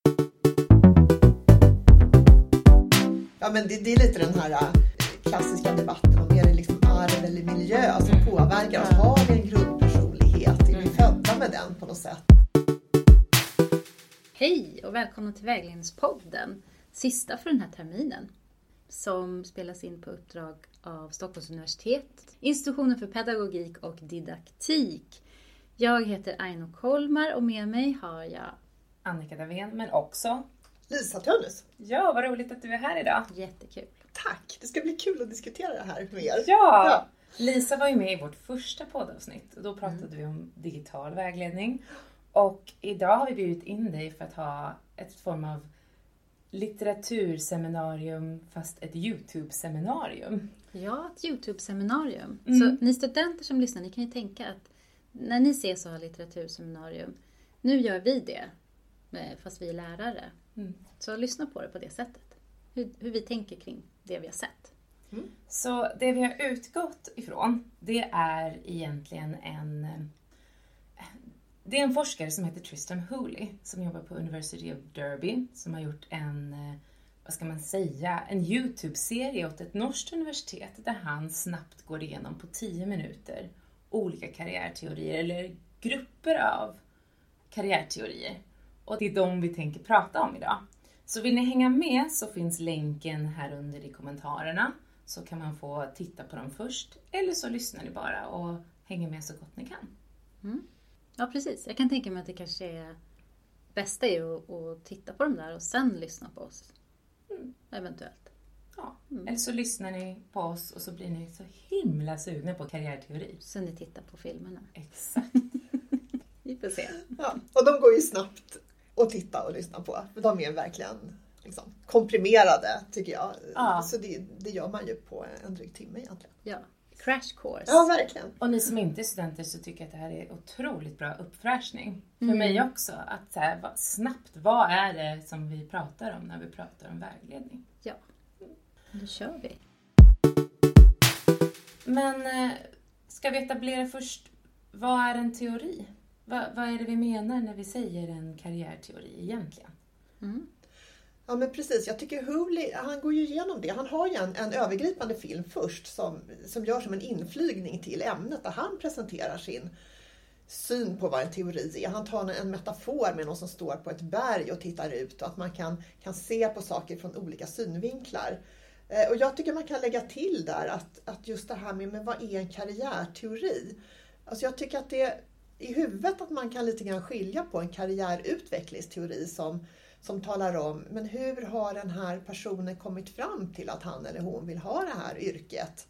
Ja, men det är lite den här klassiska debatten om är det liksom arv eller miljö som påverkar oss. Har vi en grundpersonlighet? Är vi födda med den på något sätt? Hej och välkomna till Vägledningspodden, sista för den här terminen, som spelas in på uppdrag av Stockholms universitet, Institutionen för pedagogik och didaktik. Jag heter Aino Kolmar och med mig har jag Annika Davén, men också Lisa Tönnus. Ja, vad roligt att du är här idag. Jättekul. Tack, det ska bli kul att diskutera det här med er. Ja. Lisa var ju med i vårt första poddavsnitt och då pratade vi om digital vägledning. Och idag har vi bjudit in dig för att ha ett form av litteraturseminarium fast ett YouTube-seminarium. Ja, ett YouTube-seminarium. Så ni studenter som lyssnar, ni kan ju tänka att när ni ses och har litteraturseminarium, nu gör vi det fast vi är lärare. Så lyssna på det på det sättet. Hur vi tänker kring det vi har sett. Så det vi har utgått ifrån, det är egentligen det är en forskare som heter Tristan Hooley som jobbar på University of Derby som har gjort en YouTube-serie åt ett norskt universitet där han snabbt går igenom på 10 minuter olika karriärteorier eller grupper av karriärteorier. Och det är de vi tänker prata om idag. Så vill ni hänga med så finns länken här under i kommentarerna. Så kan man få titta på dem först. Eller så lyssnar ni bara och hänger med så gott ni kan. Ja, precis. Jag kan tänka mig att det kanske är bästa är att titta på dem där och sen lyssna på oss. Eventuellt. Ja. Eller så lyssnar ni på oss och så blir ni så himla sugna på karriärteori. Så ni tittar på filmerna. Exakt. Vi får se. Ja, och de går ju snabbt att titta och lyssna på. De är verkligen liksom komprimerade tycker jag. Ja. Så det gör man ju på en dryg timme egentligen. Ja, crash course. Ja, verkligen. Och ni som inte är studenter så tycker jag att det här är otroligt bra uppfräschning. För mig också. Att så här, snabbt, vad är det som vi pratar om när vi pratar om vägledning? Ja, då kör vi. Men ska vi etablera först, vad är en teori? Vad är det vi menar när vi säger en karriärteori egentligen? Ja, men precis. Jag tycker Hooley, han går ju igenom det. Han har ju en övergripande film först som gör som en inflygning till ämnet där han presenterar sin syn på vad en teori är. Han tar en metafor med någon som står på ett berg och tittar ut och att man kan se på saker från olika synvinklar. Och jag tycker man kan lägga till där att just det här med vad är en karriärteori? Alltså jag tycker att det i huvudet att man kan lite grann skilja på en karriärutvecklingsteori som talar om, men hur har den här personen kommit fram till att han eller hon vill ha det här yrket?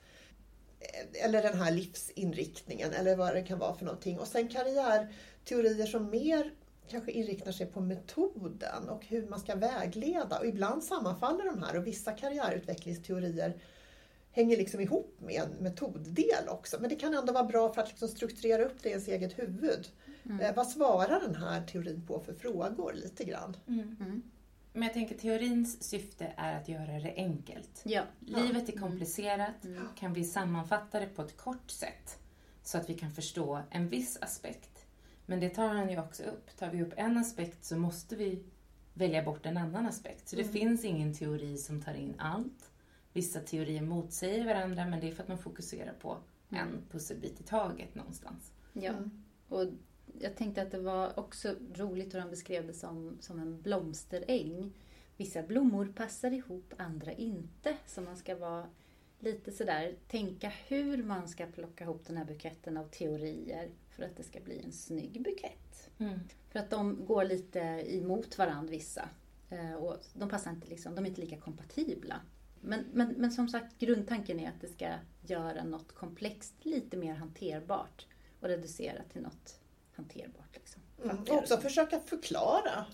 Eller den här livsinriktningen, eller vad det kan vara för någonting. Och sen karriärteorier som mer kanske inriktar sig på metoden och hur man ska vägleda. Och ibland sammanfaller de här och vissa karriärutvecklingsteorier hänger liksom ihop med en metoddel också. Men det kan ändå vara bra för att liksom strukturera upp det i ens eget huvud. Vad svarar den här teorin på för frågor lite grann? Men jag tänker teorins syfte är att göra det enkelt. Ja. Livet är komplicerat. Kan vi sammanfatta det på ett kort sätt så att vi kan förstå en viss aspekt. Men det tar han ju också upp. Tar vi upp en aspekt så måste vi välja bort en annan aspekt. Så det finns ingen teori som tar in allt. Vissa teorier motsäger varandra, men det är för att man fokuserar på en pusselbit i taget någonstans. Ja, och jag tänkte att det var också roligt hur han beskrev det som en blomsteräng. Vissa blommor passar ihop, andra inte. Så man ska vara lite sådär, tänka hur man ska plocka ihop den här buketten av teorier för att det ska bli en snygg bukett. För att de går lite emot varandra vissa. Och de passar inte liksom, de är inte lika kompatibla. Men som sagt, grundtanken är att det ska göra något komplext lite mer hanterbart och reducera till något hanterbart. Liksom. Och också försöka förklara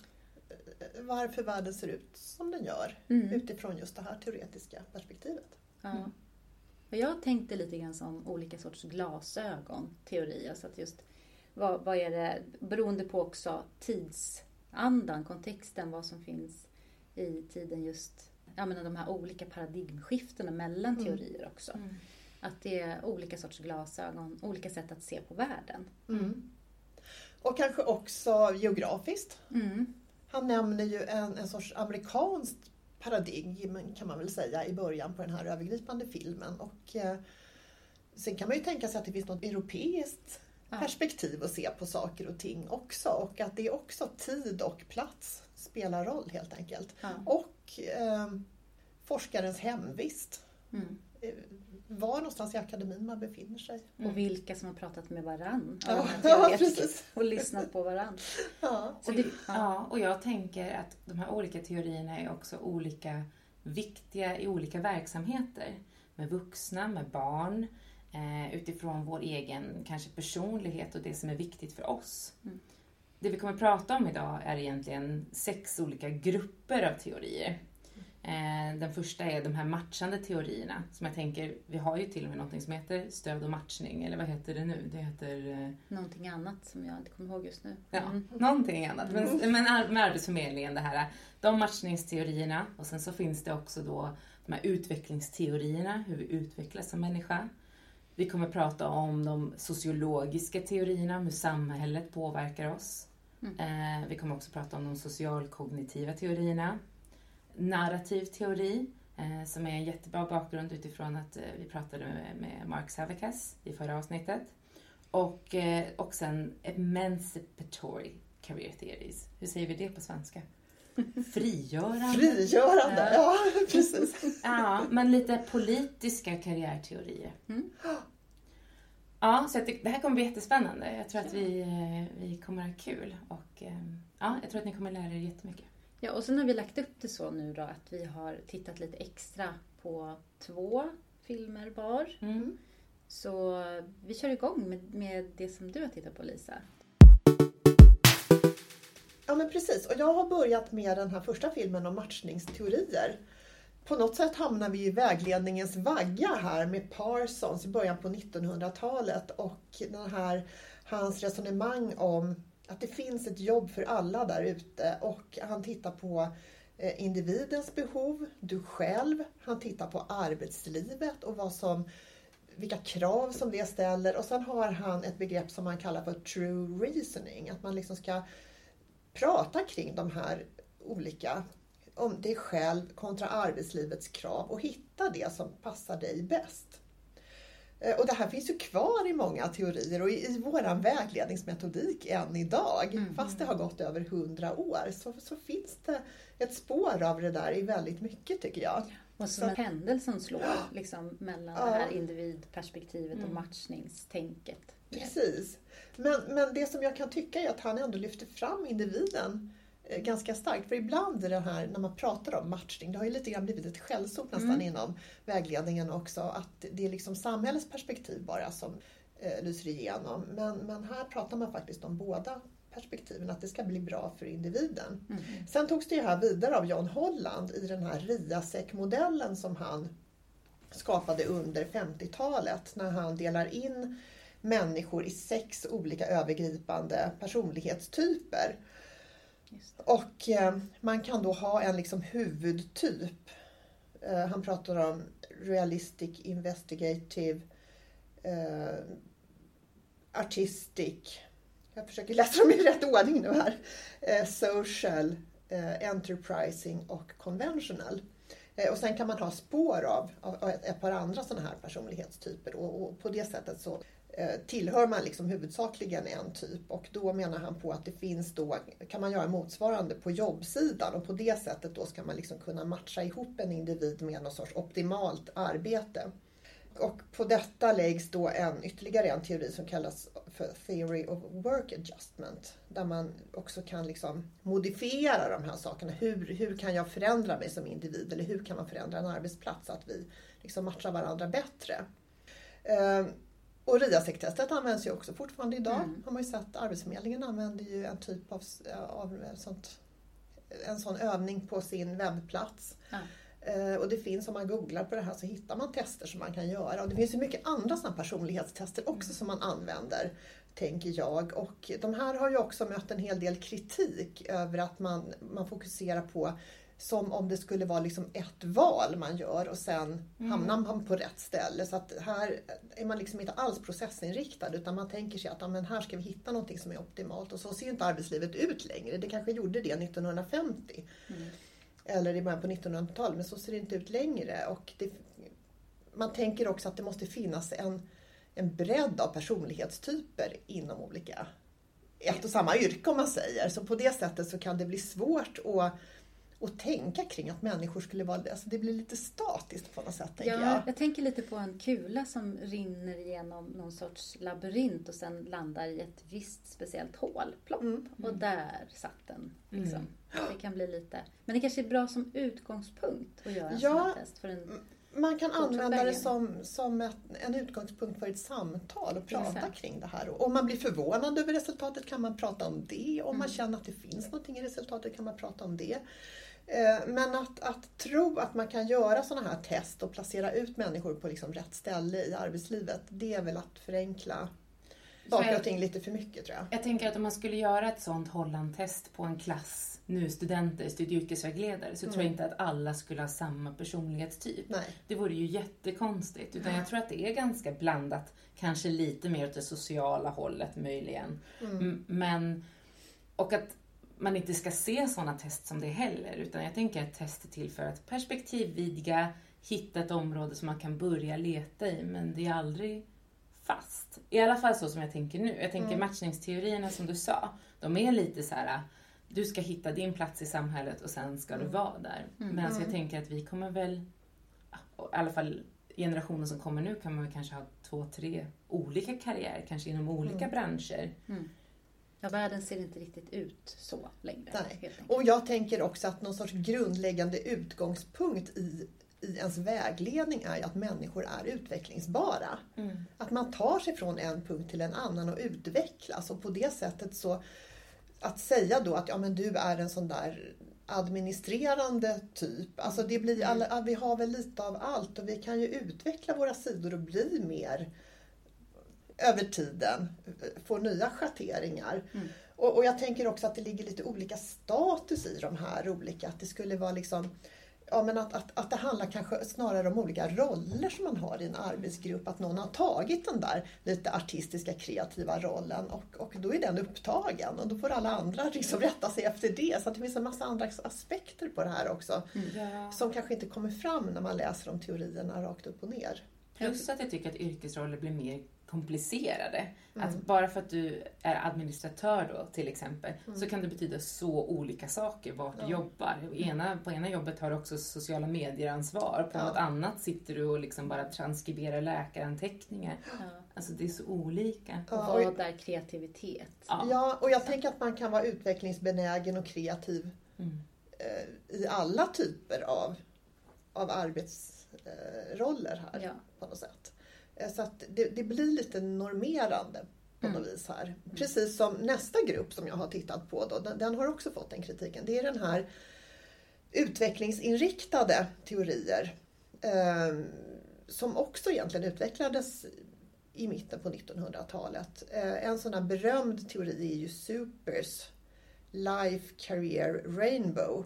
varför världen ser ut som den gör utifrån just det här teoretiska perspektivet. Ja. Och jag tänkte lite grann som olika sorts glasögon, teori. Alltså att just, vad är det, beroende på också tidsandan, kontexten, vad som finns i tiden just. Jag menar de här olika paradigmskiftena mellan teorier också. Att det är olika sorts glasögon, olika sätt att se på världen. Och kanske också geografiskt. Han nämner ju en sorts amerikanskt paradigm kan man väl säga i början på den här övergripande filmen. Och sen kan man ju tänka sig att det finns något europeiskt perspektiv att se på saker och ting också. Och att det är också tid och plats spelar roll helt enkelt. Och forskarens hemvist. Var någonstans i akademin man befinner sig. Och vilka som har pratat med varann. Precis. Och lyssnat på varann. Och jag tänker att de här olika teorierna är också olika viktiga i olika verksamheter. Med vuxna, med barn. Utifrån vår egen kanske personlighet och det som är viktigt för oss. Det vi kommer att prata om idag är egentligen 6 olika grupper av teorier. Den första är de här matchande teorierna. Som jag tänker, vi har ju till och med något som heter stöd och matchning. Eller vad heter det nu? Det heter... Någonting annat som jag inte kommer ihåg just nu. Ja, någonting annat. Men med arbetsförmedlingen det här. De matchningsteorierna. Och sen så finns det också då de här utvecklingsteorierna. Hur vi utvecklas som människa. Vi kommer att prata om de sociologiska teorierna. Hur samhället påverkar oss. Vi kommer också prata om de socialkognitiva teorierna. Narrativ teori, som är en jättebra bakgrund utifrån att vi pratade med Mark Savikas i förra avsnittet. Och sen emancipatory career theories. Hur säger vi det på svenska? Frigörande. Frigörande, ja precis. Ja, men lite politiska karriärteorier. Ja, så det här kommer bli jättespännande. Jag tror att vi kommer ha kul. Och jag tror att ni kommer lära er jättemycket. Ja, och sen har vi lagt upp det så nu då att vi har tittat lite extra på 2 filmer var. Så vi kör igång med det som du har tittat på, Lisa. Ja men precis, och jag har börjat med den här första filmen om matchningsteorier. På något sätt hamnar vi i vägledningens vagga här med Parsons i början på 1900-talet. Och hans resonemang om att det finns ett jobb för alla där ute, och han tittar på individens behov, du själv, han tittar på arbetslivet och vilka krav som det ställer, och sen har han ett begrepp som man kallar för true reasoning, att man liksom ska prata kring de här olika, om dig själv kontra arbetslivets krav, och hitta det som passar dig bäst. Och det här finns ju kvar i många teorier och i våran vägledningsmetodik än idag. Fast det har gått över 100 år så finns det ett spår av det där i väldigt mycket, tycker jag. Och som en pendel som slår liksom, mellan det här individperspektivet och matchningstänket. Precis. Men det som jag kan tycka är att han ändå lyfter fram individen ganska starkt. För ibland är det här, när man pratar om matchning, det har ju lite grann blivit ett skällsord nästan inom vägledningen också, att det är liksom samhällets perspektiv bara som lyser igenom. Men här pratar man faktiskt om båda perspektiven, att det ska bli bra för individen. Sen togs det ju här vidare av John Holland i den här RIASEC-modellen som han skapade under 50-talet, när han delar in människor i 6 olika övergripande personlighetstyper. Och man kan då ha en liksom huvudtyp. Han pratar om realistic, investigative, artistic. Jag försöker läsa dem i rätt ordning nu här. Social, enterprising och conventional. Och sen kan man ha spår av ett par andra sådana här personlighetstyper. Och på det sättet så tillhör man liksom huvudsakligen en typ, och då menar han på att det finns då, kan man göra motsvarande på jobbsidan, och på det sättet då ska man liksom kunna matcha ihop en individ med någon sorts optimalt arbete. Och på detta läggs då ytterligare en teori som kallas för Theory of Work Adjustment, där man också kan liksom modifiera de här sakerna. Hur kan jag förändra mig som individ, eller hur kan man förändra en arbetsplats så att vi liksom matchar varandra bättre. Och RIASEC-testet används ju också fortfarande idag. Har man ju sett, Arbetsförmedlingen använder ju en typ av en sån övning på sin webbplats. Och det finns, om man googlar på det här så hittar man tester som man kan göra. Och det finns ju mycket andra sådana personlighetstester också som man använder, tänker jag. Och de här har ju också mött en hel del kritik över att man fokuserar på som om det skulle vara liksom ett val man gör och sen hamnar man på rätt ställe. Så att här är man liksom inte alls processinriktad, utan man tänker sig att men här ska vi hitta någonting som är optimalt. Och så ser inte arbetslivet ut längre. Det kanske gjorde det 1950 eller i början på 1900-talet, men så ser det inte ut längre. Och man tänker också att det måste finnas en bredd av personlighetstyper inom olika, ett och samma yrke om man säger. Så på det sättet så kan det bli svårt att tänka kring att människor skulle vara, alltså det blir lite statiskt på något sätt, tänker jag. Jag tänker lite på en kula som rinner igenom någon sorts labyrint och sen landar i ett visst speciellt hål. Plopp. Och där satt den. Liksom. Det kan bli lite, men det kanske är bra som utgångspunkt att göra en sån här test för en. Man kan använda det som en utgångspunkt för ett samtal och prata kring det här. Och om man blir förvånad över resultatet kan man prata om det. Om man känner att det finns någonting i resultatet kan man prata om det. Men att tro att man kan göra sådana här test och placera ut människor på liksom rätt ställe i arbetslivet, det är väl att förenkla saker och ting lite för mycket, tror jag. Jag tänker att om man skulle göra ett sånt Holland-test på en klass, nu studenter, studie- och yrkesvägledare, så tror jag inte att alla skulle ha samma personlighetstyp. Nej. Det vore ju jättekonstigt. Utan jag tror att det är ganska blandat, kanske lite mer åt det sociala hållet möjligen. Men, och att man inte ska se sådana test som det heller, utan jag tänker att test är till för att perspektivvidga, hitta ett område som man kan börja leta i, men det är aldrig fast. I alla fall så som jag tänker nu. Jag tänker matchningsteorierna som du sa, de är lite så här: du ska hitta din plats i samhället och sen ska du vara där. Men så jag tänker att vi kommer väl, i alla fall generationen som kommer nu, kan man väl kanske ha 2-3 olika karriärer, kanske inom olika branscher. Ja, världen ser inte riktigt ut så längre. Nej. Och jag tänker också att någon sorts grundläggande utgångspunkt i ens vägledning är att människor är utvecklingsbara. Att man tar sig från en punkt till en annan och utvecklas. Och på det sättet så, att säga då att men du är en sån där administrerande typ. Alltså det blir vi har väl lite av allt, och vi kan ju utveckla våra sidor och bli mer över tiden, få nya schatteringar. Och jag tänker också att det ligger lite olika status i de här olika, att det skulle vara liksom, men att det handlar kanske snarare om olika roller som man har i en arbetsgrupp, att någon har tagit den där lite artistiska, kreativa rollen och då är den upptagen och då får alla andra liksom rätta sig efter det. Så att det finns en massa andra aspekter på det här också som kanske inte kommer fram när man läser om teorierna rakt upp och ner. Plus att jag tycker att yrkesroller blir mer komplicerade. Att bara för att du är administratör då till exempel, så kan det betyda så olika saker vart du jobbar. På ena jobbet har du också sociala medieransvar, på något annat sitter du och liksom bara transkriberar läkaranteckningar. Alltså det är så olika. Och vad är kreativitet? Ja, och jag tänker att man kan vara utvecklingsbenägen och kreativ i alla typer av arbetsroller här på något sätt. Så att det blir lite normerande på något vis här. Precis som nästa grupp som jag har tittat på då, den har också fått den kritiken. Det är den här utvecklingsinriktade teorier som också egentligen utvecklades i mitten på 1900-talet. En sån här berömd teori är ju Supers Life Career Rainbow.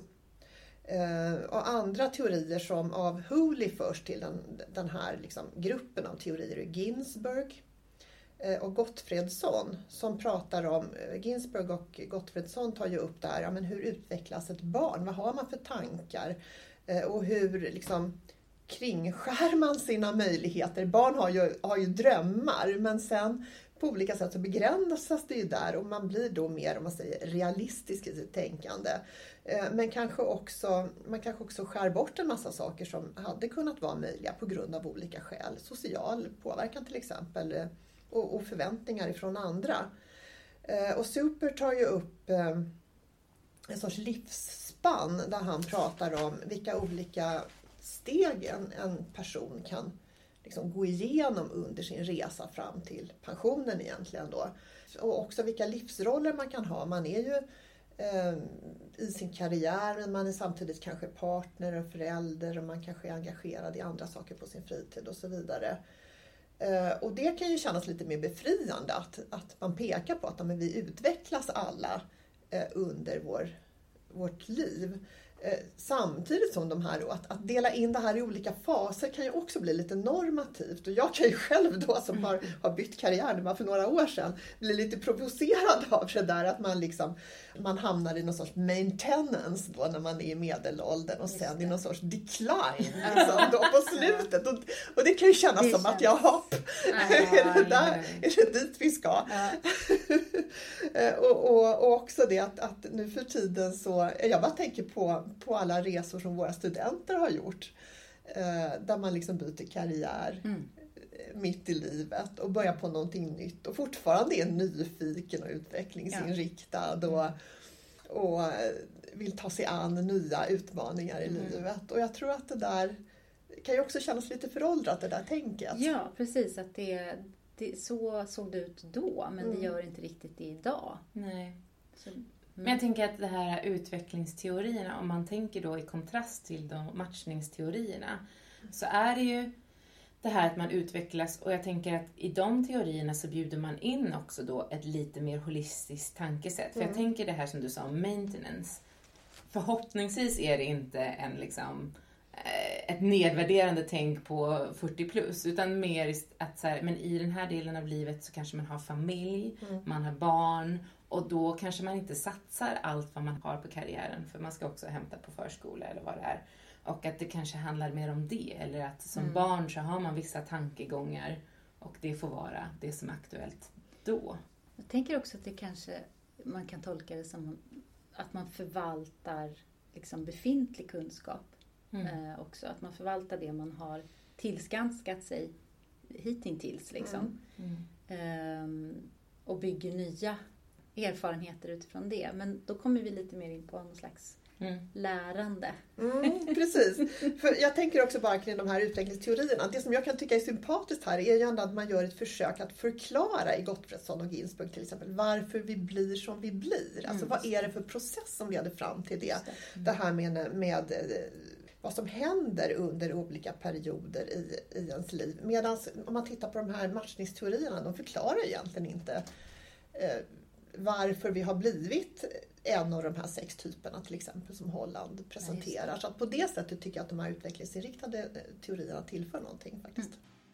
Och andra teorier som av Hooley förs till den här liksom gruppen av teorier är Ginsberg och Gottfredsson, som pratar om, Ginsberg och Gottfredsson tar ju upp det här, men hur utvecklas ett barn? Vad har man för tankar? Och hur liksom kringskär man sina möjligheter? Barn har ju drömmar, men sen på olika sätt så begränsas det ju där och man blir då mer, om man säger, realistisk i sitt tänkande. Men man kanske också skär bort en massa saker som hade kunnat vara möjliga på grund av olika skäl. Social påverkan till exempel och förväntningar ifrån andra. Och Super tar ju upp en sorts livsspann där han pratar om vilka olika steg en person kan liksom gå igenom under sin resa fram till pensionen egentligen då. Och också vilka livsroller man kan ha. Man är ju i sin karriär, men man är samtidigt kanske partner och förälder och man kanske är engagerad i andra saker på sin fritid och så vidare. Och det kan ju kännas lite mer befriande att man pekar på att vi utvecklas alla under vårt liv. Samtidigt som de här då, att dela in det här i olika faser kan ju också bli lite normativt. Och jag kan ju själv då som har bytt karriär bara för några år sedan bli lite provocerad av det där att man hamnar i någon sorts maintenance då när man är i medelåldern och sen i någon sorts decline liksom, då på slutet. Och det kan ju kännas som att jag hopp. Är det dit vi ska? Ja. och också det att nu för tiden så, jag bara tänker på alla resor som våra studenter har gjort. Där man liksom byter karriär mitt i livet och börjar på någonting nytt. Och fortfarande är nyfiken och utvecklingsinriktad och vill ta sig an nya utmaningar i livet. Och jag tror att det där kan ju också kännas lite föråldrat, det där tänket. Ja, precis. Att så såg det ut då, men det gör inte riktigt det idag. Nej. Men jag tänker att det här utvecklingsteorierna, om man tänker då i kontrast till de matchningsteorierna, så är det ju det här att man utvecklas, och jag tänker att i de teorierna så bjuder man in också då ett lite mer holistiskt tankesätt. För jag tänker det här som du sa om maintenance. Förhoppningsvis är det inte ett nedvärderande tänk på 40 plus, utan mer att så här, men i den här delen av livet så kanske man har familj, man har barn, och då kanske man inte satsar allt vad man har på karriären, för man ska också hämta på förskola eller vad det är. Och att det kanske handlar mer om det, eller att som barn så har man vissa tankegångar och det får vara det som är aktuellt då. Jag tänker också att det kanske, man kan tolka det som att man förvaltar liksom befintlig kunskap också. Att man förvaltar det man har tillskanskat sig hittills liksom. Och bygger nya erfarenheter utifrån det. Men då kommer vi lite mer in på någon slags lärande. Precis. För jag tänker också bara kring de här utvecklingsteorierna. Det som jag kan tycka är sympatiskt här är ju ändå att man gör ett försök att förklara i Gottfredsson och Ginsburg till exempel varför vi blir som vi blir. Alltså vad är det för process som leder fram till det? Det här med vad som händer under olika perioder i ens liv. Medan om man tittar på de här matchningsteorierna, de förklarar egentligen inte varför vi har blivit en av de här 6 typerna till exempel som Holland presenterar. Så att på det sättet tycker jag att de här utvecklingsinriktade teorierna tillför någonting faktiskt.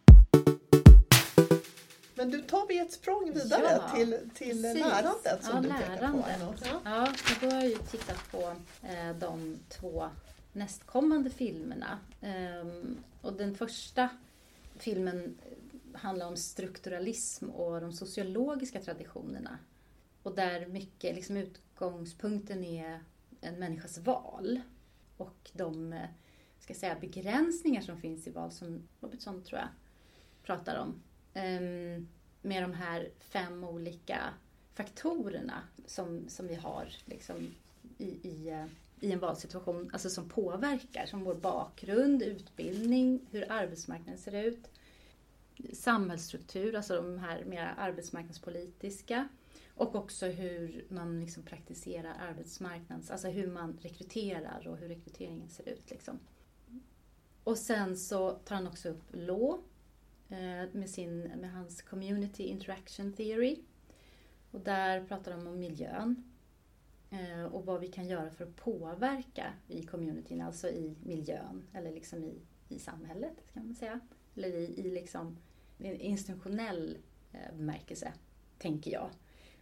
Men du tar vi ett språng vidare till lärandet som du pekar på. Ja, så då har jag ju tittat på de 2 nästkommande filmerna. Och den första filmen handlar om strukturalism och de sociologiska traditionerna. Och där mycket liksom utgångspunkten är en människas val. Och de begränsningar som finns i val som Robertson tror jag pratar om. Med de här 5 olika faktorerna som vi har liksom, i en valsituation. Alltså som påverkar, som vår bakgrund, utbildning, hur arbetsmarknaden ser ut. Samhällsstruktur, alltså de här mer arbetsmarknadspolitiska. Och också hur man liksom praktiserar arbetsmarknads, alltså hur man rekryterar och hur rekryteringen ser ut. Liksom. Och sen så tar han också upp Law med hans Community Interaction Theory. Och där pratar de om miljön och vad vi kan göra för att påverka i communityn, alltså i miljön eller liksom i samhället kan man säga. Eller i liksom en institutionell bemärkelse, tänker jag.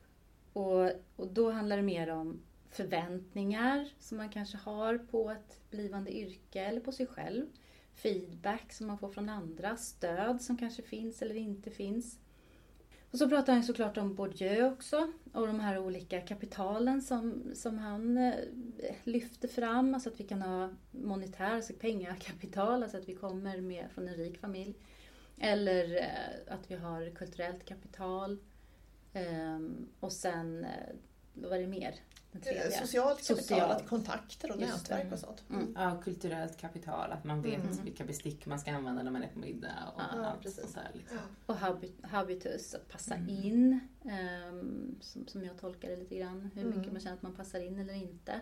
Och då handlar det mer om förväntningar som man kanske har på ett blivande yrke eller på sig själv. Feedback som man får från andra. Stöd som kanske finns eller inte finns. Och så pratar han såklart om Bourdieu också. Och de här olika kapitalen som han lyfter fram. Alltså att vi kan ha monetär, alltså pengakapital. Alltså att vi kommer med från en rik familj. Eller att vi har kulturellt kapital. Och sen, vad var det mer? Socialt kapital, kontakter och nätverk och sånt. Ja, kulturellt kapital, att man vet vilka bestick man ska använda när man är på middag och allt sånt där. Liksom. Och habitus, att passa in, som jag tolkar det lite grann, hur mycket man känner att man passar in eller inte.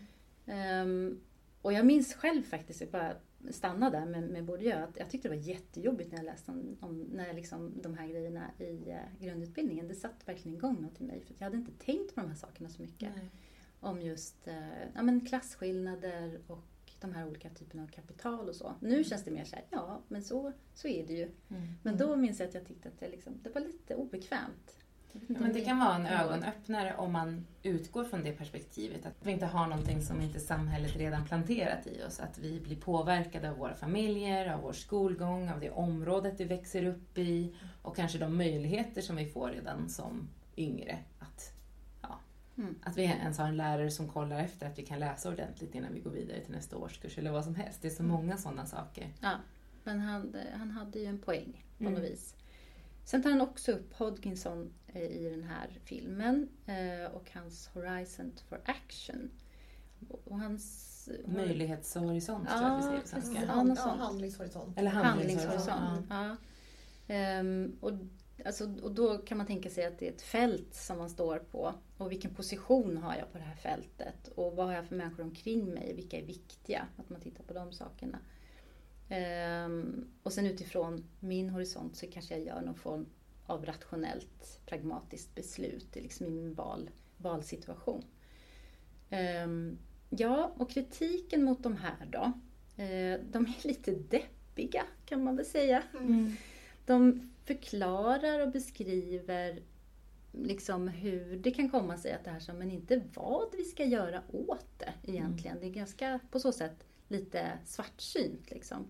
Och jag minns själv faktiskt, jag bara stanna där med Bourdieu, att jag tyckte det var jättejobbigt när jag läste när liksom de här grejerna i grundutbildningen. Det satt verkligen igång något i mig, för jag hade inte tänkt på de här sakerna så mycket. Nej. om just klasskillnader och de här olika typerna av kapital och så. Nu känns det mer så här, ja, men så är det ju. Men då minns jag att jag tyckte att det var lite obekvämt. Men det kan vara en ögonöppnare om man utgår från det perspektivet. Att vi inte har någonting som inte samhället redan planterat i oss. Att vi blir påverkade av våra familjer, av vår skolgång, av det området vi växer upp i. Och kanske de möjligheter som vi får redan som yngre. Att vi ens har en lärare som kollar efter att vi kan läsa ordentligt innan vi går vidare till nästa årskurs. Eller vad som helst. Det är så många sådana saker. Ja, men han hade ju en poäng på något vis. Sen tar han också upp Hodgkinson i den här filmen och hans Horizon for Action. Och hans möjlighetshorisont tror jag vi säger på svenska. Handlingshorisont. Eller handlingshorisont. Ja. Och då kan man tänka sig att det är ett fält som man står på. Och vilken position har jag på det här fältet? Och vad har jag för människor omkring mig? Vilka är viktiga? Att man tittar på de sakerna. Och sen utifrån min horisont så kanske jag gör någon form av rationellt, pragmatiskt beslut liksom i min valsituation. Och kritiken mot de här då, de är lite deppiga kan man väl säga. De förklarar och beskriver liksom hur det kan komma sig att det här som, men inte vad vi ska göra åt det egentligen. Det är ganska på så sätt lite svartsynt liksom.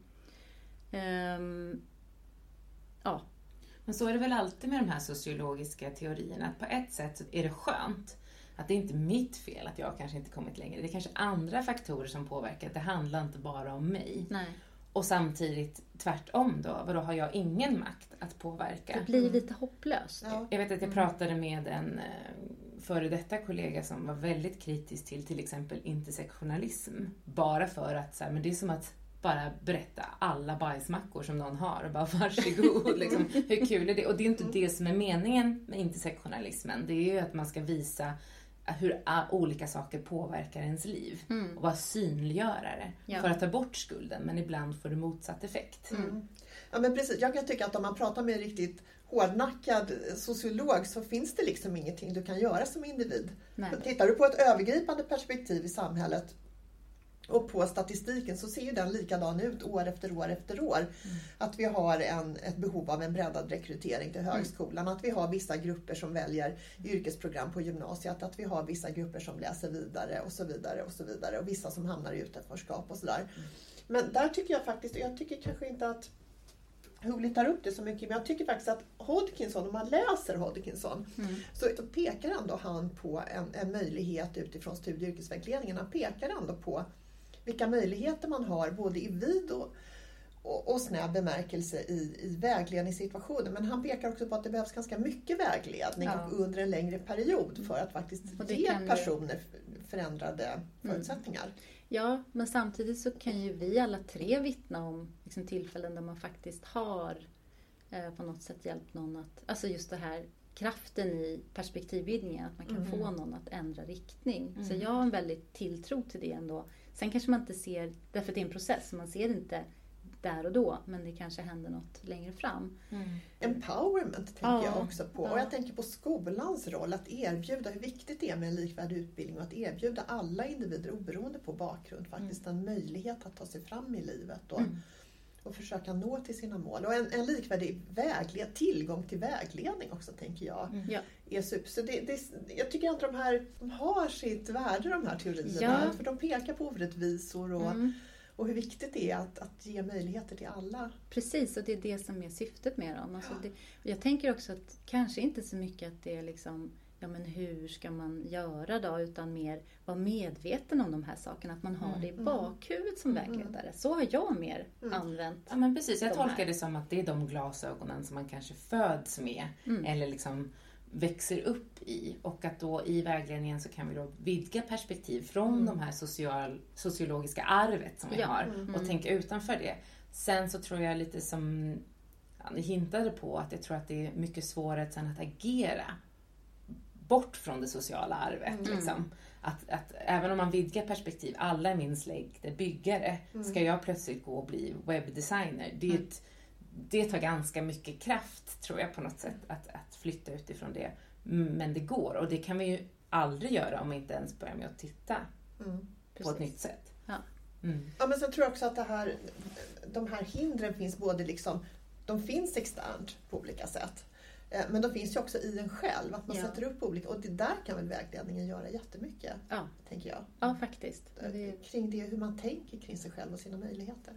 Men så är det väl alltid med de här sociologiska teorierna. Att på ett sätt så är det skönt att det inte är mitt fel att jag kanske inte kommit längre. Det är kanske andra faktorer som påverkar. Det handlar inte bara om mig. Nej. Och samtidigt tvärtom då. Vadå, har jag ingen makt att påverka? Det blir lite hopplöst. Ja. Jag vet att jag pratade med en före detta kollega som var väldigt kritisk till exempel intersektionalism. Bara för att så här, men det är som att bara berätta alla bajsmackor som någon har och bara varsågod. Liksom, hur kul är det? Och det är inte det som är meningen med intersektionalismen. Det är ju att man ska visa hur olika saker påverkar ens liv. Och bara synliggöra det. För att ta bort skulden. Men ibland får det motsatt effekt. Ja men precis. Jag kan tycka att om man pratar med en riktigt hårdnackad sociolog så finns det liksom ingenting du kan göra som individ. Nej. Tittar du på ett övergripande perspektiv i samhället och på statistiken så ser ju den likadan ut år efter år efter år. Att vi har ett behov av en breddad rekrytering till högskolan. Att vi har vissa grupper som väljer yrkesprogram på gymnasiet. Att vi har vissa grupper som läser vidare och så vidare och så vidare. Och vissa som hamnar i utanförskap och sådär. Men där tycker jag faktiskt, jag tycker kanske inte att Hooley tar upp det så mycket, men jag tycker faktiskt att Hodgkinson, om man läser Hodgkinson, så pekar ändå han på en möjlighet utifrån studie- och yrkesvägledningen. Han pekar ändå på vilka möjligheter man har både i vid och snäv bemärkelse i vägledningssituationer. Men han pekar också på att det behövs ganska mycket vägledning och under en längre period för att faktiskt ge personer förändrade förutsättningar. Ja, men samtidigt så kan ju vi alla tre vittna om liksom, tillfällen där man faktiskt har på något sätt hjälpt någon att, alltså just det här kraften i perspektivvidningen, att man kan få någon att ändra riktning. Så jag har en väldigt tilltro till det ändå. Sen kanske man inte ser, därför att det är en process, man ser inte där och då, men det kanske händer något längre fram. Empowerment tänker jag också på. Och jag tänker på skolans roll att erbjuda hur viktigt det är med en likvärdig utbildning och att erbjuda alla individer oberoende på bakgrund faktiskt en möjlighet att ta sig fram i livet och försöka nå till sina mål. Och en likvärdig tillgång till vägledning också tänker jag är super. Så jag tycker inte de har sitt värde de här teorierna för de pekar på orättvisor och hur viktigt det är att ge möjligheter till alla. Precis, och det är det som är syftet med dem. Alltså jag tänker också att kanske inte så mycket att det är liksom, ja men hur ska man göra då, utan mer vara medveten om de här sakerna. Att man har det i bakhuvudet som vägledare. Så har jag mer använt. Ja men precis, jag tolkar det som att det är de glasögonen som man kanske föds med. Eller liksom växer upp i. Och att då i vägledningen så kan vi då vidga perspektiv från de här sociologiska arvet som vi har. Och tänka utanför det. Sen så tror jag lite som ni hintade på att jag tror att det är mycket svårare sen att agera bort från det sociala arvet. Liksom. Att även om man vidgar perspektiv, alla är min släkt byggare, ska jag plötsligt gå och bli webbdesigner. Det tar ganska mycket kraft tror jag på något sätt att flytta utifrån det. Men det går och det kan vi ju aldrig göra om vi inte ens börjar med att titta på ett nytt sätt. Ja. Ja, men sen tror jag också att de här hindren finns både liksom, de finns externt på olika sätt. Men de finns ju också i en själv, att man sätter upp olika, och det där kan väl vägledningen göra jättemycket, tänker jag. Ja, faktiskt. Kring det, hur man tänker kring sig själv och sina möjligheter.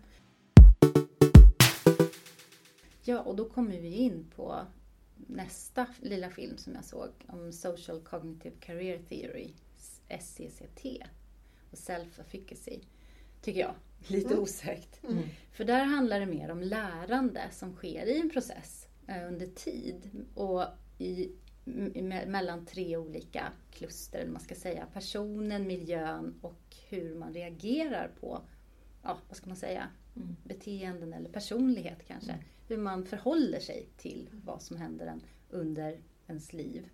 Ja, och då kommer vi in på nästa lilla film som jag såg om Social Cognitive Career Theory, SCCT, och Self-Efficacy, tycker jag. Lite osökt. För där handlar det mer om lärande som sker i en process under tid och mellan 3 olika kluster, eller man ska säga, personen, miljön och hur man reagerar på, vad ska man säga, beteenden eller personlighet kanske. Hur man förhåller sig till vad som händer under ens liv.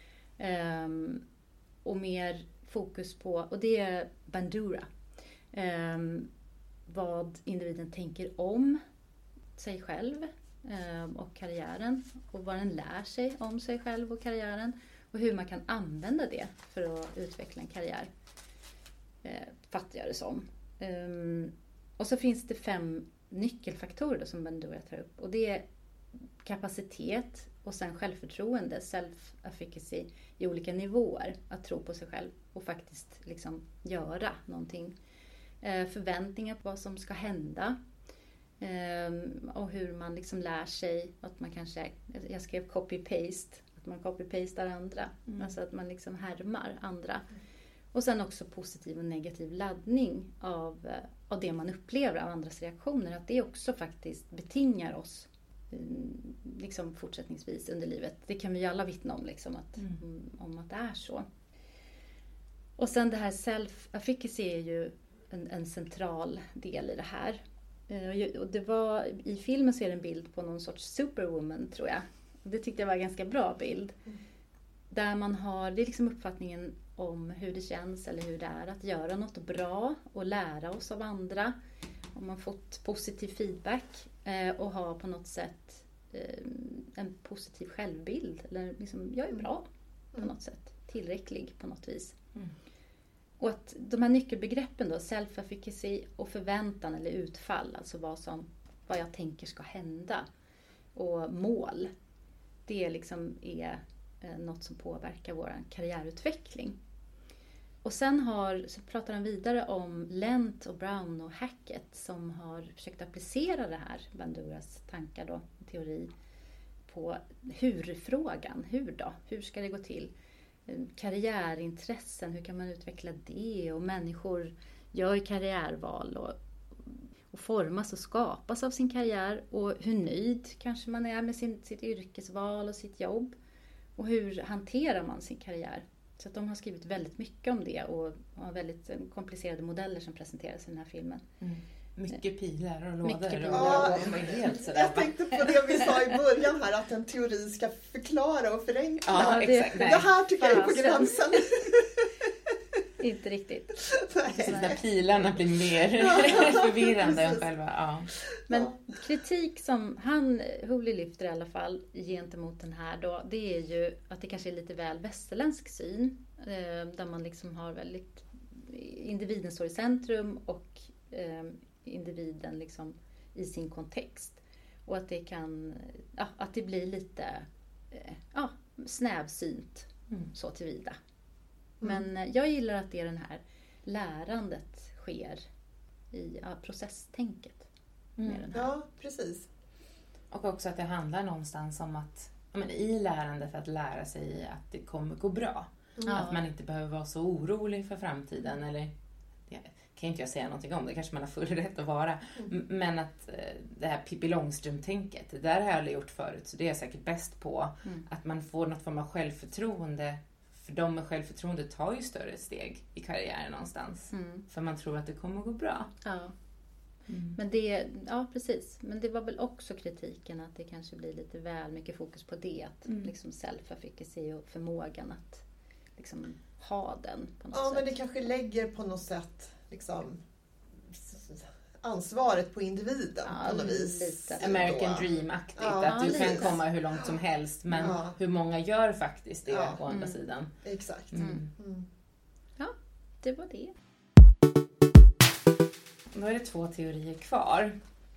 Och mer fokus på, och det är Bandura, vad individen tänker om sig själv och karriären, och vad den lär sig om sig själv och karriären, och hur man kan använda det för att utveckla en karriär, fattar jag det som. Och så finns det 5 nyckelfaktorer då, som Bandura tar upp, och det är kapacitet och sen självförtroende, self-efficacy, i olika nivåer, att tro på sig själv och faktiskt liksom göra någonting. Förväntningar på vad som ska hända, och hur man liksom lär sig, att man kanske, jag skrev copy-paste, att man copy-pastar andra, alltså att man liksom härmar andra. Och sen också positiv och negativ laddning av det man upplever, av andras reaktioner, att det också faktiskt betingar oss liksom fortsättningsvis under livet. Det kan vi ju alla vittna om, liksom, om att det är så. Och sen det här self-efficacy är ju en central del i det här. Och det var, i filmen så är det en bild på någon sorts superwoman, tror jag. Det tyckte jag var en ganska bra bild. Där man har, det är liksom uppfattningen om hur det känns eller hur det är att göra något bra och lära oss av andra. Om man fått positiv feedback och ha på något sätt en positiv självbild. Eller liksom, jag är bra på något sätt. Tillräcklig på något vis. Och att de här nyckelbegreppen då, self-efficacy och förväntan eller utfall, alltså vad jag tänker ska hända, och mål, det liksom är något som påverkar vår karriärutveckling. Och sen så pratar han vidare om Lent och Brown och Hackett, som har försökt applicera det här, Banduras tankar då, teori, på hur-frågan. Hur ska det gå till? Karriärintressen, hur kan man utveckla det? Och människor gör karriärval och formas och skapas av sin karriär. Och hur nöjd kanske man är med sitt yrkesval och sitt jobb. Och hur hanterar man sin karriär? Så att de har skrivit väldigt mycket om det och har väldigt komplicerade modeller som presenteras i den här filmen. Mycket pilar och lådor. Mycket pilar. Ja, helt sådär. jag tänkte på det vi sa i början här, att en teori ska förklara och förenkla. Ja, exakt. Det här tycker jag är på gränsen. Inte riktigt. Precis, när pilarna blir mer förvirrande än själva. Ja. Men kritik som Hooley lyfter i alla fall gentemot den här då, det är ju att det kanske är lite väl västerländsk syn. Där man liksom har väldigt, individen står i centrum och individen liksom i sin kontext. Och att det kan, att det blir lite snävsynt så tillvida. Men jag gillar att det är den här lärandet sker i processtänket. Med den här. Ja, precis. Och också att det handlar någonstans om att i lärandet att lära sig att det kommer gå bra. Att man inte behöver vara så orolig för framtiden. Eller, det kan inte jag säga någonting om, det kanske man har full rätt att vara. Men att det här Pippi Långstrump-tänket, det där har jag aldrig gjort förut. Så det är jag säkert bäst på. Att man får något form av självförtroende. För de med självförtroende tar ju större steg i karriären någonstans. För man tror att det kommer att gå bra. Ja. Men det, precis. Men det var väl också kritiken att det kanske blir lite väl mycket fokus på det. Att liksom self-efficacy och förmågan att liksom ha den på något sätt. Ja, men det kanske lägger på något sätt liksom ansvaret på individen på något vis. Lite. American Dream-aktigt. Att du kan komma hur långt som helst. Men hur många gör faktiskt det på andra sidan. Exakt. Ja, det var det. Då är det 2 teorier kvar.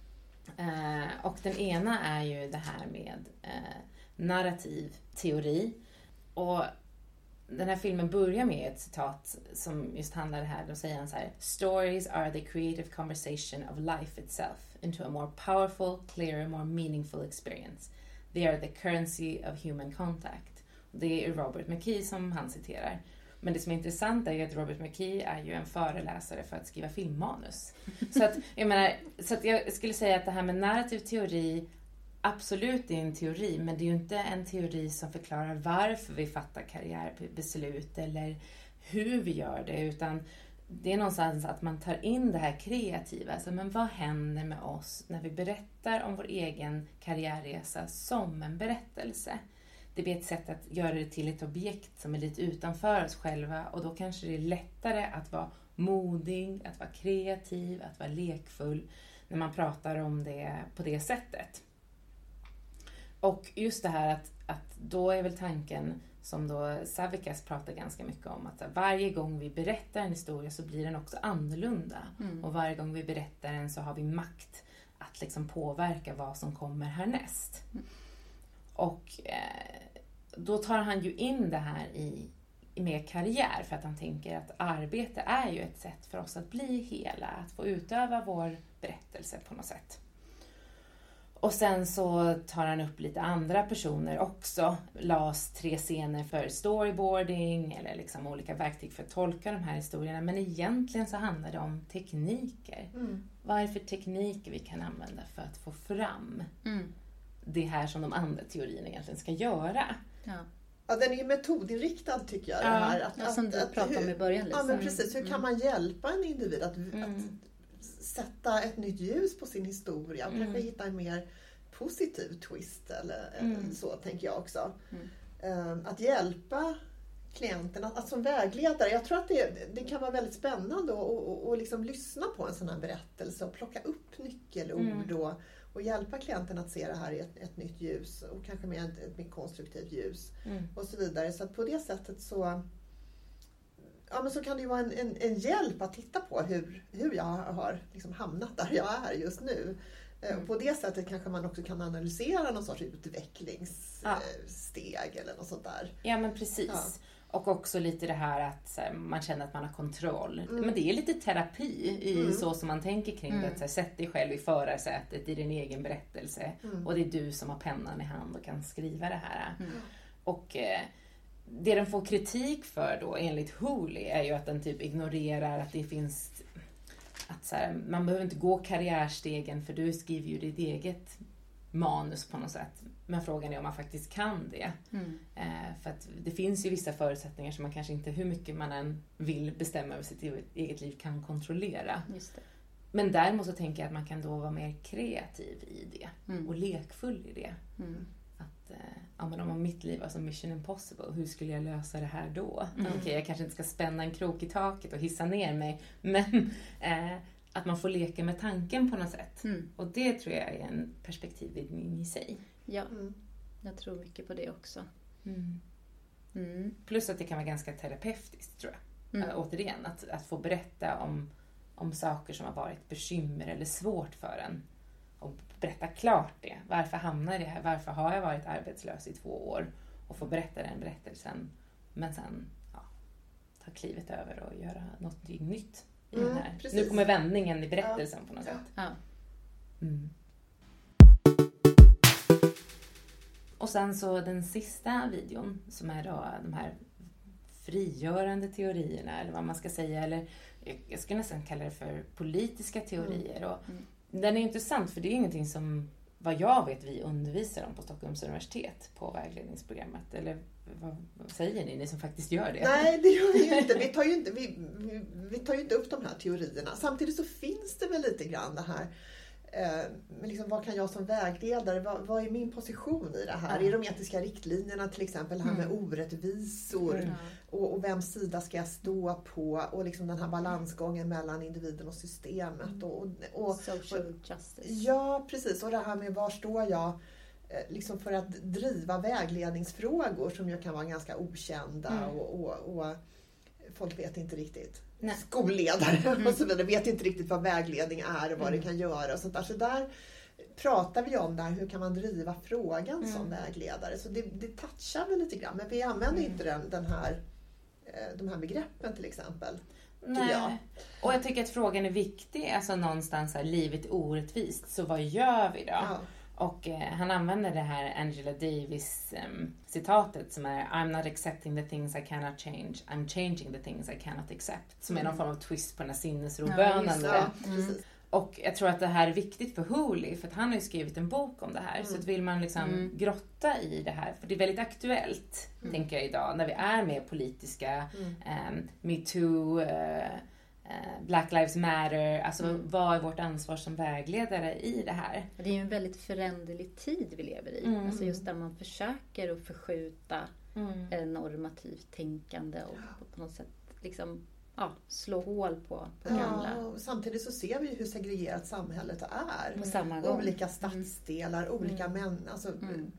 Och den ena är ju det här med narrativ teori. Och den här filmen börjar med ett citat som just handlar det här. Då säger han så här: "Stories are the creative conversation of life itself into a more powerful, clearer, more meaningful experience. They are the currency of human contact." Det är Robert McKee som han citerar. Men det som är intressant är ju att Robert McKee är ju en föreläsare för att skriva filmmanus. Så att jag skulle säga att det här med narrativ teori absolut är en teori, men det är ju inte en teori som förklarar varför vi fattar karriärbeslut eller hur vi gör det, utan det är någonstans att man tar in det här kreativa. Alltså, men vad händer med oss när vi berättar om vår egen karriärresa som en berättelse? Det blir ett sätt att göra det till ett objekt som är lite utanför oss själva, och då kanske det är lättare att vara modig, att vara kreativ, att vara lekfull när man pratar om det på det sättet. Och just det här att då är väl tanken som då Savikas pratar ganska mycket om, att varje gång vi berättar en historia så blir den också annorlunda. Och varje gång vi berättar den så har vi makt att liksom påverka vad som kommer härnäst. Och då tar han ju in det här med karriär, för att han tänker att arbete är ju ett sätt för oss att bli hela, att få utöva vår berättelse på något sätt. Och sen så tar han upp lite andra personer också. LAS 3 scener för storyboarding eller liksom olika verktyg för att tolka de här historierna. Men egentligen så handlar det om tekniker. Vad är det för tekniker vi kan använda för att få fram det här som de andra teorierna egentligen ska göra? Ja, den är ju metodinriktad tycker jag. Det här, som du pratade om i början. Ja, men precis. Hur kan man hjälpa en individ att sätta ett nytt ljus på sin historia och kanske hitta en mer positiv twist eller så, tänker jag också. Att hjälpa klienten, att som vägledare, jag tror att det kan vara väldigt spännande att liksom lyssna på en sån här berättelse och plocka upp nyckelord och hjälpa klienten att se det här i ett nytt ljus och kanske med ett mer konstruktivt ljus och så vidare. Så att på det sättet så men så kan det ju vara en hjälp att titta på hur jag har liksom hamnat där jag är just nu. På det sättet kanske man också kan analysera någon sorts utvecklingssteg eller något sånt där. Ja, men precis. Ja. Och också lite det här att man känner att man har kontroll. Men det är lite terapi i så som man tänker kring det. Att sätt dig själv i förarsätet i din egen berättelse. Och det är du som har pennan i hand och kan skriva det här. Och det den får kritik för då enligt Hooley är ju att den typ ignorerar att det finns att så här, man behöver inte gå karriärstegen för du skriver ju ditt eget manus på något sätt. Men frågan är om man faktiskt kan det. För att det finns ju vissa förutsättningar som man kanske inte, hur mycket man än vill bestämma över sitt eget liv, kan kontrollera. Just det. Men däremot så tänker jag att man kan då vara mer kreativ i det och lekfull i det. Att om mitt liv var som Mission Impossible, hur skulle jag lösa det här då? Okej, jag kanske inte ska spänna en krok i taket och hissa ner mig, men att man får leka med tanken på något sätt. Och det tror jag är en perspektivvidgning i sig. Ja, jag tror mycket på det också. Plus att det kan vara ganska terapeutiskt, tror jag. Återigen, att få berätta om saker som har varit bekymmer eller svårt för en. Och berätta klart det. Varför hamnar jag här? Varför har jag varit arbetslös i 2 år? Och få berätta den berättelsen. Men sen ta klivet över och göra något nytt i den här. Nu kommer vändningen i berättelsen på något sätt. Ja. Och sen så den sista videon som är då de här frigörande teorierna eller vad man ska säga. Eller jag skulle nästan kalla det för politiska teorier. Och den är intressant för det är ingenting som, vad jag vet, vi undervisar om på Stockholms universitet på vägledningsprogrammet. Eller vad säger ni som faktiskt gör det? Nej, det gör vi ju inte. Vi tar ju inte upp de här teorierna. Samtidigt så finns det väl lite grann det här Men liksom, vad kan jag som vägledare, vad är min position i det här? I de etiska riktlinjerna till exempel, det här med orättvisor och vems sida ska jag stå på, och liksom den här balansgången mellan individen och systemet. Och social justice. Ja, precis. Och det här med var står jag liksom för att driva vägledningsfrågor som ju kan vara ganska okända och folk vet inte riktigt. Nej. Skolledare och så vidare vet inte riktigt vad vägledning är och vad det kan göra och sånt där. Så där pratar vi om där, hur kan man driva frågan som vägledare. Så det touchar vi lite grann, men vi använder inte de här begreppen till exempel. Nej. Och jag tycker att frågan är viktig, alltså någonstans här, livet är orättvist, så vad gör vi då? Ja. Och han använder det här Angela Davis citatet som är I'm not accepting the things I cannot change, I'm changing the things I cannot accept. Som är någon form av twist på den här sinnesrobönen. Och jag tror att det här är viktigt för Hooley, för att han har ju skrivit en bok om det här. Så att vill man liksom grotta i det här, för det är väldigt aktuellt, tänker jag idag, när vi är med politiska, MeToo, Black Lives Matter, alltså vad är vårt ansvar som vägledare i det här? Det är ju en väldigt föränderlig tid vi lever i. Alltså just där man försöker att förskjuta normativt tänkande och på något sätt liksom, slå hål på gamla. Och samtidigt så ser vi hur segregerat samhället är. På samma gång. Olika stadsdelar, olika män, alltså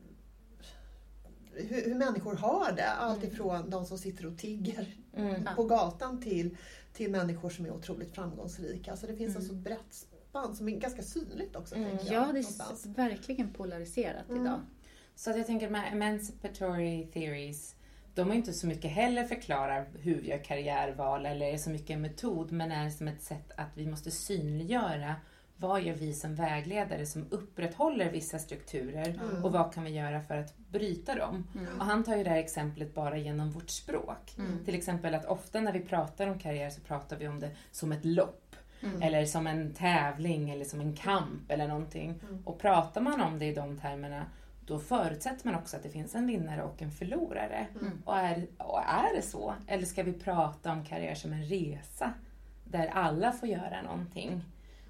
hur människor har det. Allt ifrån de som sitter och tigger på gatan till människor som är otroligt framgångsrika. Så det finns alltså ett brett spann som är ganska synligt också. Ja, det är verkligen polariserat idag. Så att jag tänker att de här emancipatory theories, de är inte så mycket heller förklarar hur vi gör karriärval eller är så mycket en metod, men är som ett sätt att vi måste synliggöra vad gör vi som vägledare som upprätthåller vissa strukturer och vad kan vi göra för att bryta dem. Och han tar ju det här exemplet bara genom vårt språk. Till exempel att ofta när vi pratar om karriär så pratar vi om det som ett lopp. Eller som en tävling eller som en kamp eller någonting. Och pratar man om det i de termerna, då förutsätter man också att det finns en vinnare och en förlorare. Och är det så? Eller ska vi prata om karriär som en resa där alla får göra någonting?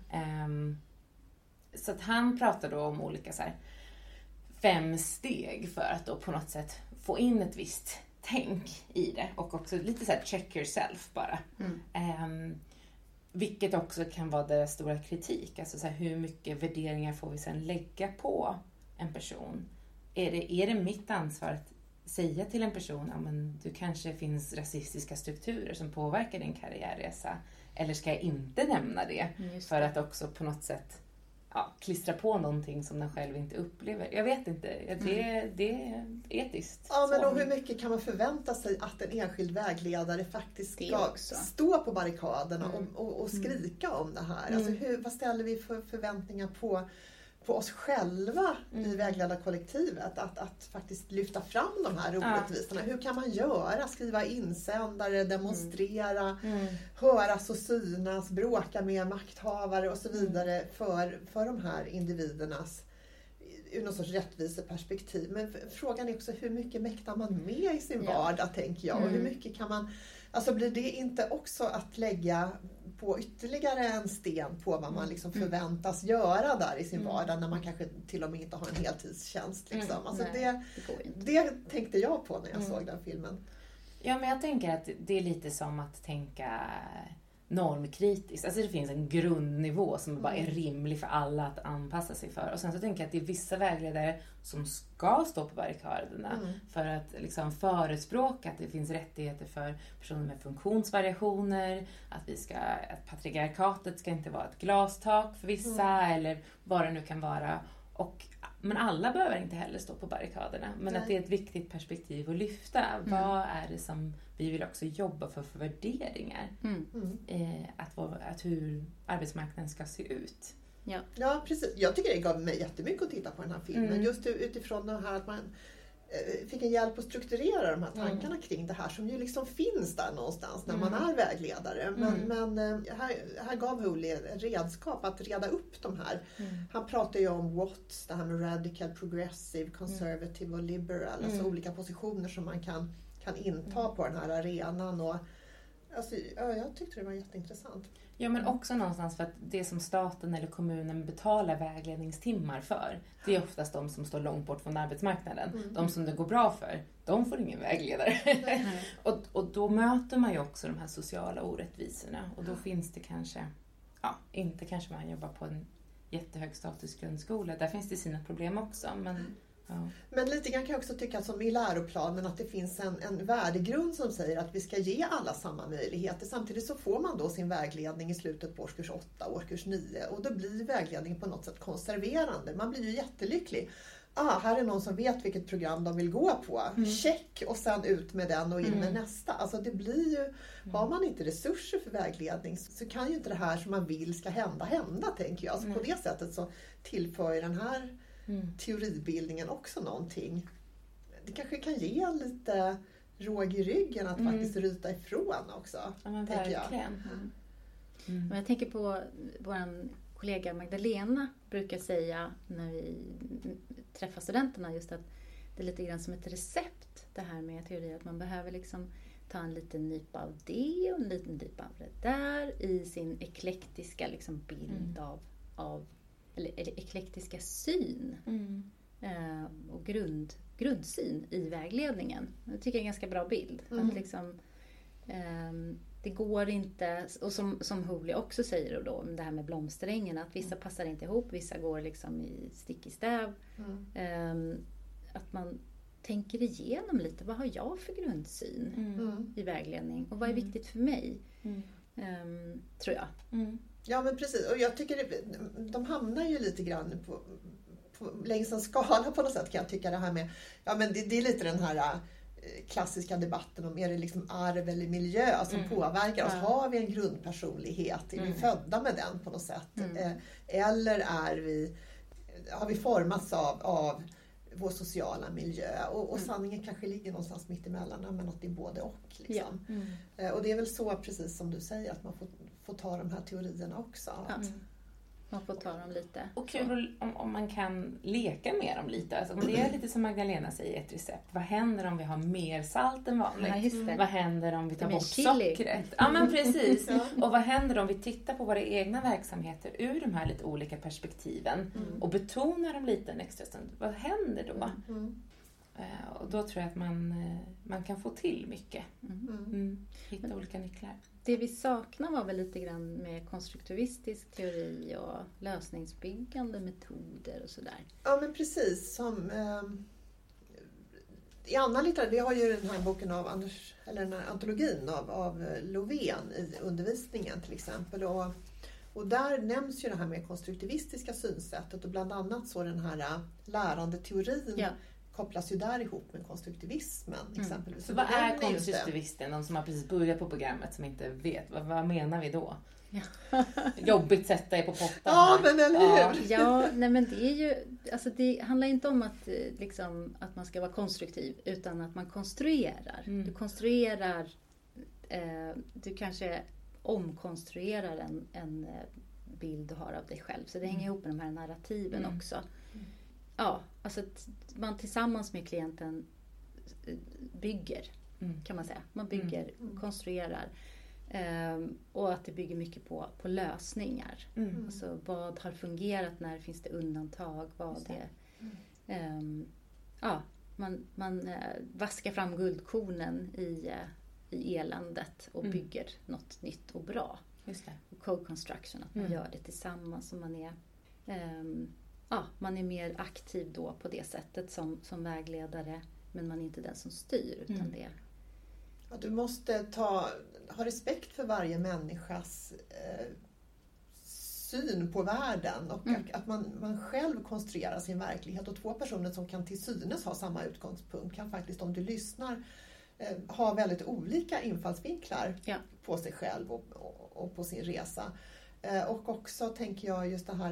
Så att han pratar då om olika så här 5 steg för att då på något sätt få in ett visst tänk i det. Och också lite så här check yourself bara. Vilket också kan vara det stora kritik. Alltså så här, hur mycket värderingar får vi sen lägga på en person? Är det mitt ansvar att säga till en person att du kanske finns rasistiska strukturer som påverkar din karriärresa? Eller ska jag inte nämna det? För att också på något sätt klistra på någonting som den själv inte upplever. Jag vet inte. Det är etiskt. Ja, men då hur mycket kan man förvänta sig att en enskild vägledare faktiskt ska stå på barrikaderna och skrika om det här? Alltså vad ställer vi för förväntningar på oss själva i vägledarkollektivet att faktiskt lyfta fram de här orättvisorna. Hur kan man göra? Skriva insändare, demonstrera, höras och synas, bråka med makthavare och så vidare för de här individernas ur någon sorts rättviseperspektiv. Men frågan är också hur mycket mäktar man med i sin vardag, tänker jag. Och hur mycket kan man, alltså blir det inte också att lägga på ytterligare en sten på vad man liksom förväntas göra där i sin vardag när man kanske till och med inte har en heltidstjänst. Liksom. Alltså det tänkte jag på när jag såg den filmen. Ja, men jag tänker att det är lite som att tänka normkritiskt. Alltså det finns en grundnivå som bara är rimlig för alla att anpassa sig för. Och sen så tänker jag att det är vissa vägledare som ska stå på barrikaderna för att liksom förespråka att det finns rättigheter för personer med funktionsvariationer, att patriarkatet ska inte vara ett glastak för vissa eller vad det nu kan vara. Men alla behöver inte heller stå på barrikaderna. Men att det är ett viktigt perspektiv att lyfta. Vad är det som vi vill också jobba för värderingar? Att hur arbetsmarknaden ska se ut. Ja, precis. Jag tycker det gav mig jättemycket att titta på den här filmen. Just utifrån det här att man fick en hjälp att strukturera de här tankarna kring det här som ju liksom finns där någonstans när man är vägledare. Men här gav Hooley en redskap att reda upp de här. Han pratar ju om WATS, det här med radical, progressive, conservative och liberal. Alltså olika positioner som man kan inta på den här arenan. Alltså, jag tyckte det var jätteintressant. Ja, men också någonstans för att det som staten eller kommunen betalar vägledningstimmar för, det är oftast de som står långt bort från arbetsmarknaden. De som det går bra för, de får ingen vägledare. och då möter man ju också de här sociala orättvisorna. Och då finns det kanske, inte kanske man jobbar på en jättehög status grundskola. Där finns det sina problem också, men... Ja. Men lite grann kan jag också tycka som i läroplanen att det finns en värdegrund som säger att vi ska ge alla samma möjligheter. Samtidigt så får man då sin vägledning i slutet på årskurs 8, årskurs 9 och då blir vägledningen på något sätt konserverande. Man blir ju jättelycklig. Här är någon som vet vilket program de vill gå på. Check och sen ut med den och in med nästa. Alltså det blir ju, har man inte resurser för vägledning så kan ju inte det här som man vill ska hända tänker jag. Så på det sättet så tillför ju den här teoribildningen också någonting. Det kanske kan ge lite råg i ryggen att faktiskt ryta ifrån också. Ja, men verkligen. Men jag tänker på vår kollega Magdalena brukar säga när vi träffar studenterna just att det är lite grann som ett recept det här med teori, att man behöver liksom ta en liten nypa av det och en liten nypa av det där i sin eklektiska liksom bild av eller eklektiska syn och grundsyn i vägledningen. Det tycker jag är en ganska bra bild. Att liksom, det går inte, och som Hooley också säger då, det här med blomsterängen, att vissa passar inte ihop, vissa går liksom i stick i stäv. Att man tänker igenom lite, vad har jag för grundsyn i vägledning och vad är viktigt för mig? Tror jag. Ja men precis, och jag tycker de hamnar ju lite grann på längs en skala på något sätt kan jag tycka det här med, men det är lite den här klassiska debatten om är det liksom arv eller miljö som påverkar oss. Har vi en grundpersonlighet? Är vi födda med den på något sätt? Eller har vi formats av vår sociala miljö? Och sanningen kanske ligger någonstans mitt emellan, men att det är både och. Liksom. Och det är väl så, precis som du säger, att man får ta de här teorierna också. Man får ta dem lite. Och kul om man kan leka med dem lite. Alltså, om det är lite som Magdalena säger, ett recept. Vad händer om vi har mer salt än vanligt? Vad händer om vi tar bort sockret? Ja, men precis. Och vad händer om vi tittar på våra egna verksamheter ur de här lite olika perspektiven och betonar dem lite en extra stund? Vad händer då? Och då tror jag att man kan få till mycket. Hitta olika nycklar. Det vi saknar var väl lite grann med konstruktivistisk teori och lösningsbyggande metoder och sådär. Ja men precis, som i annan litteratur, vi har ju den här boken av Anders, eller den här antologin av Lovén i undervisningen till exempel, och där nämns ju det här med konstruktivistiska synsättet och bland annat så den här lärandeteorin kopplas ju där ihop med konstruktivismen exempelvis. Så vad är konstruktivisten? De som har precis börjat på programmet som inte vet, vad menar vi då? Jobbigt sätta er på pottan. Ja, men eller hur? Ja, nej men det är ju, alltså det handlar inte om att, liksom, att man ska vara konstruktiv, utan att man konstruerar. Du konstruerar, du kanske omkonstruerar en bild du har av dig själv. Så det hänger ihop med de här narrativen också. Ja, alltså att man tillsammans med klienten bygger, kan man säga. Man bygger, konstruerar. Och att det bygger mycket på lösningar. Alltså vad har fungerat, när finns det undantag, man vaskar fram guldkornen i eländet och bygger något nytt och bra. Just det. Och co-construction, att man gör det tillsammans, och man är mer aktiv då på det sättet som vägledare, men man är inte den som styr, utan det. Ja, du måste ha respekt för varje människas syn på världen och att man själv konstruerar sin verklighet, och två personer som kan till synes ha samma utgångspunkt kan faktiskt, om du lyssnar, ha väldigt olika infallsvinklar på sig själv och på sin resa. Och också tänker jag just det här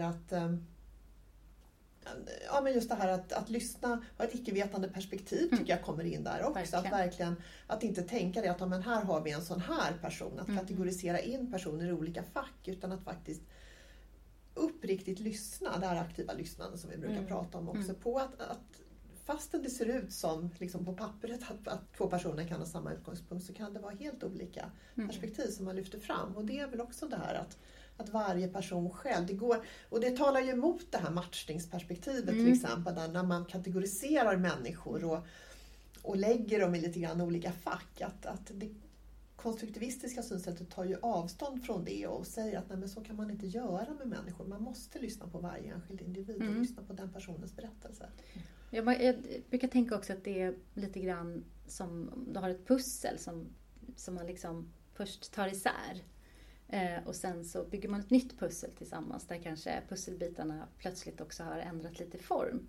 att lyssna, och ett icke-vetande perspektiv tycker jag kommer in där också. Verkligen. Att verkligen, att inte tänka det att men här har vi en sån här person, att kategorisera in personer i olika fack, utan att faktiskt uppriktigt lyssna, det här aktiva lyssnandet som vi brukar prata om också, på att fastän det ser ut som liksom på pappret att två personer kan ha samma utgångspunkt, så kan det vara helt olika perspektiv som man lyfter fram. Och det är väl också det här att varje person själv, det går, och det talar ju emot det här matchningsperspektivet till exempel, när man kategoriserar människor och lägger dem i lite grann olika fack. Att det konstruktivistiska synsättet tar ju avstånd från det och säger att nej, men så kan man inte göra med människor. Man måste lyssna på varje enskild individ och lyssna på den personens berättelse. Jag brukar tänka också att det är lite grann som du har ett pussel som man liksom först tar isär. Och sen så bygger man ett nytt pussel tillsammans där kanske pusselbitarna plötsligt också har ändrat lite form.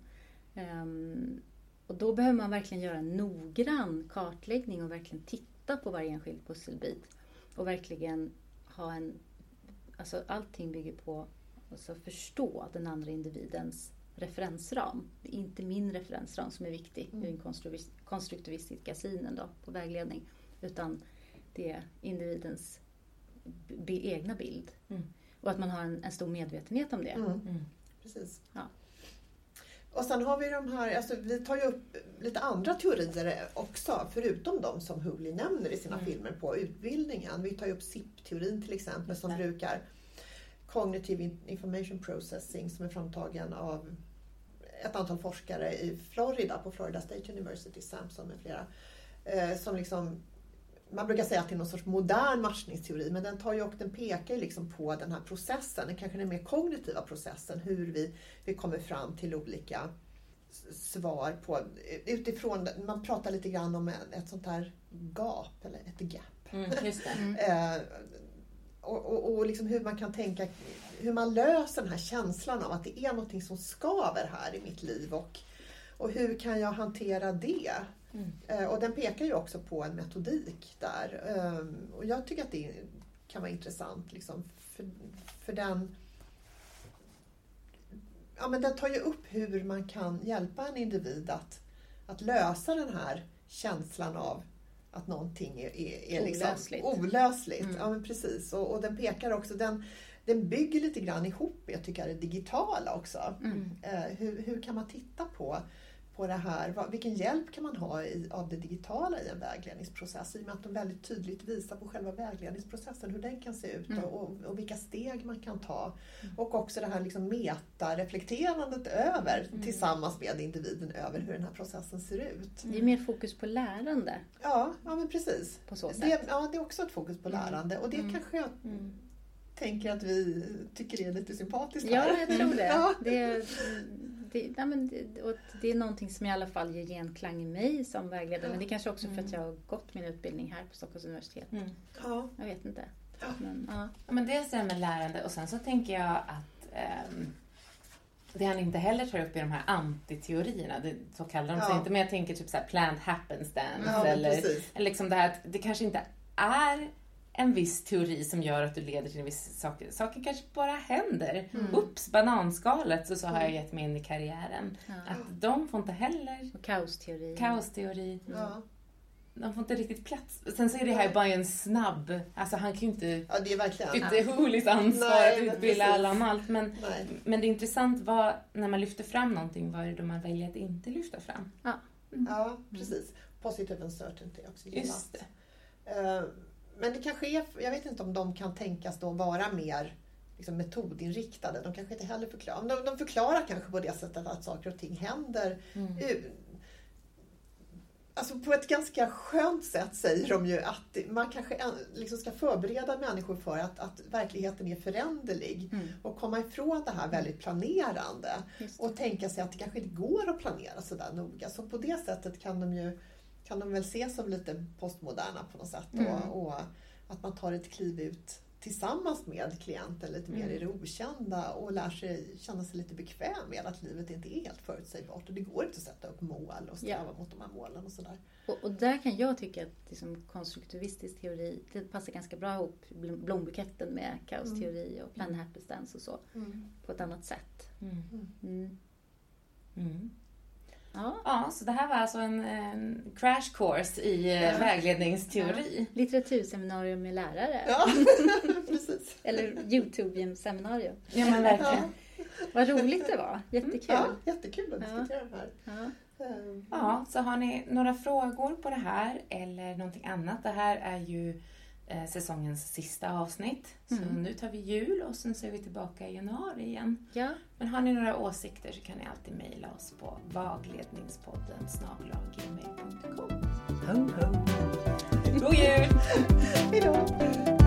Och då behöver man verkligen göra en noggrann kartläggning och verkligen titta på varje enskild pusselbit. Och verkligen ha alltså allting bygger på att förstå den andra individens referensram. Det är inte min referensram som är viktig i den konstruktivistiska synen då, på vägledning. Utan det är individens egna bild. Och att man har en stor medvetenhet om det. Precis. Ja. Och sen har vi de här, alltså vi tar ju upp lite andra teorier också, förutom de som Hooley nämner i sina filmer på utbildningen. Vi tar ju upp SIP-teorin till exempel, som brukar Cognitive Information Processing, som är framtagen av ett antal forskare i Florida, på Florida State University, Sampson med flera, som liksom, man brukar säga att det är någon sorts modern matchningsteori, men den pekar ju liksom på den här processen, den kanske den mer kognitiva processen, hur vi kommer fram till olika svar på, utifrån, man pratar lite grann om ett sånt här gap, eller ett gap. Just det. Och liksom hur man kan tänka, hur man löser den här känslan av att det är någonting som skaver här i mitt liv, och hur kan jag hantera det? Och den pekar ju också på en metodik där. Och jag tycker att det kan vara intressant liksom, för den, ja, men den tar ju upp hur man kan hjälpa en individ att lösa den här känslan av att någonting är liksom olösligt. Ja, men precis. Och den pekar också, den bygger lite grann ihop, jag tycker, det digitala också. Hur kan man titta på det här? Vilken hjälp kan man ha av det digitala i en vägledningsprocess? I och med att de väldigt tydligt visar på själva vägledningsprocessen, hur den kan se ut och vilka steg man kan ta. Och också det här liksom meta-reflekterandet över tillsammans med individen över hur den här processen ser ut. Det är mer fokus på lärande. Ja, men precis. På så sätt. Det är också ett fokus på lärande. Och det kanske jag tänker att vi tycker är lite sympatiskt här. Ja, jag tror det. Ja. Det är någonting som i alla fall ger genklang i mig som vägledare. Men det är kanske också för att jag har gått min utbildning här på Stockholms universitet. Ja. Jag vet inte. Men det är med lärande. Och sen så tänker jag att det han inte heller tar upp i de här antiteorierna, så kallar de sig inte, men jag tänker typ så här planned happenstance, eller liksom det här att det kanske inte är en viss teori som gör att du leder till en viss saker. Saker kanske bara händer. Upps, bananskalet, så har jag gett mig in i karriären. Att de får inte heller... Och kaosteori. De får inte riktigt plats. Sen så är det här bara en snabb... Alltså han kan ju inte... Ja, det är verkligen... Det är Hooleys ansvar att utbilda alla om allt. Men det är intressant när man lyfter fram någonting, vad är det då man väljer att inte lyfta fram? Ja, precis. Positive uncertainty också. Just det. Men det kanske är, jag vet inte om de kan tänkas då vara mer liksom metodinriktade. De kanske inte heller förklarar. De förklarar kanske på det sättet att saker och ting händer. Alltså på ett ganska skönt sätt säger de ju att man kanske liksom ska förbereda människor för att verkligheten är föränderlig. Och komma ifrån det här väldigt planerande. Och tänka sig att det kanske inte går att planera så där noga. Så på det sättet kan de väl ses som lite postmoderna på något sätt. Och att man tar ett kliv ut tillsammans med klienten lite mer i det okända och lär sig känna sig lite bekväm med att livet inte är helt förutsägbart. Och det går inte att sätta upp mål och sträva mot de här målen och sådär. Och där kan jag tycka att liksom, konstruktivistisk teori, det passar ganska bra ihop blombuketten med kaosteori och planned happenstance och så. På ett annat sätt. Ja, så det här var alltså en crash course i vägledningsteori. Litteraturseminarium med lärare. Ja, precis. Eller YouTube-seminarium. Ja, men verkligen. Vad roligt det var. Jättekul. Ja, jättekul att diskutera det här. Ja. Ja, så har ni några frågor på det här eller någonting annat? Det här är ju säsongens sista avsnitt. Så nu tar vi jul och sen så är vi tillbaka i januari igen. Ja. Men har ni några åsikter så kan ni alltid mejla oss på vagledningspodden@gmail.com. Ho, ho. God jul! Hej då!